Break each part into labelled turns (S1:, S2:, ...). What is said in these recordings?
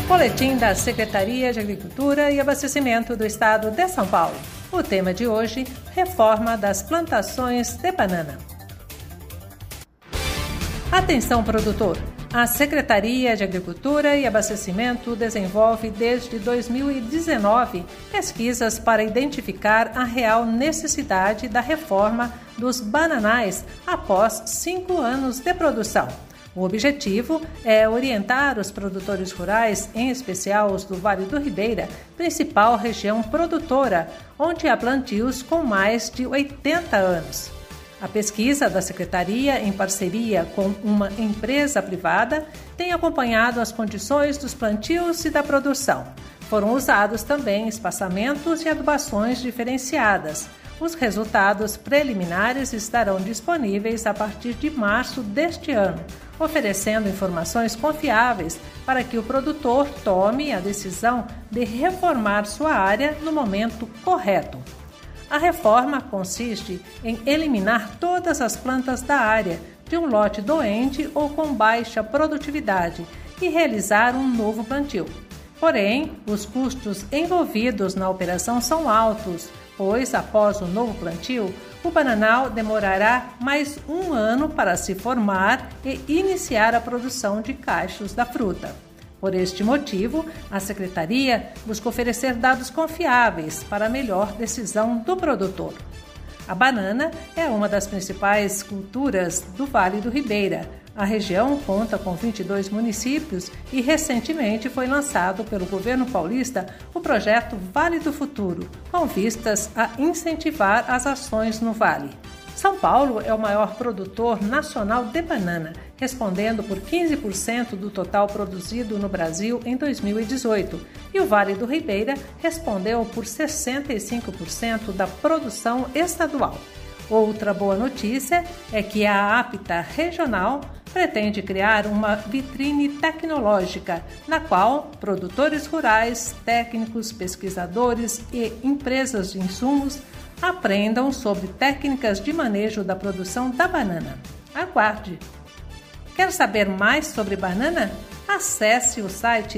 S1: Boletim da Secretaria de Agricultura e Abastecimento do Estado de São Paulo. O tema de hoje, reforma das plantações de banana. Atenção, produtor! A Secretaria de Agricultura e Abastecimento desenvolve desde 2019 pesquisas para identificar a real necessidade da reforma dos bananais após 5 anos de produção. O objetivo é orientar os produtores rurais, em especial os do Vale do Ribeira, principal região produtora, onde há plantios com mais de 80 anos. A pesquisa da Secretaria, em parceria com uma empresa privada, tem acompanhado as condições dos plantios e da produção. Foram usados também espaçamentos e adubações diferenciadas. Os resultados preliminares estarão disponíveis a partir de março deste ano, oferecendo informações confiáveis para que o produtor tome a decisão de reformar sua área no momento correto. A reforma consiste em eliminar todas as plantas da área de um lote doente ou com baixa produtividade e realizar um novo plantio. Porém, os custos envolvidos na operação são altos, pois, após o novo plantio, o bananal demorará mais 1 ano para se formar e iniciar a produção de cachos da fruta. Por este motivo, a Secretaria busca oferecer dados confiáveis para a melhor decisão do produtor. A banana é uma das principais culturas do Vale do Ribeira. A região conta com 22 municípios e recentemente foi lançado pelo governo paulista o projeto Vale do Futuro, com vistas a incentivar as ações no Vale. São Paulo é o maior produtor nacional de banana, respondendo por 15% do total produzido no Brasil em 2018, e o Vale do Ribeira respondeu por 65% da produção estadual. Outra boa notícia é que a APTA regional pretende criar uma vitrine tecnológica, na qual produtores rurais, técnicos, pesquisadores e empresas de insumos aprendam sobre técnicas de manejo da produção da banana. Aguarde! Quer saber mais sobre banana? Acesse o site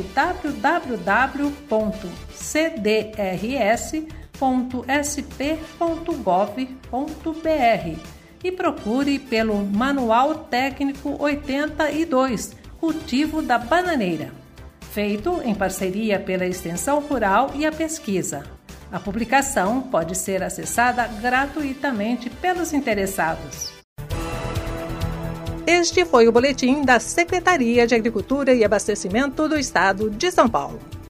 S1: www.cdrs.sp.gov.br e procure pelo Manual Técnico 82, Cultivo da Bananeira, feito em parceria pela Extensão Rural e a Pesquisa. A publicação pode ser acessada gratuitamente pelos interessados. Este foi o boletim da Secretaria de Agricultura e Abastecimento do Estado de São Paulo.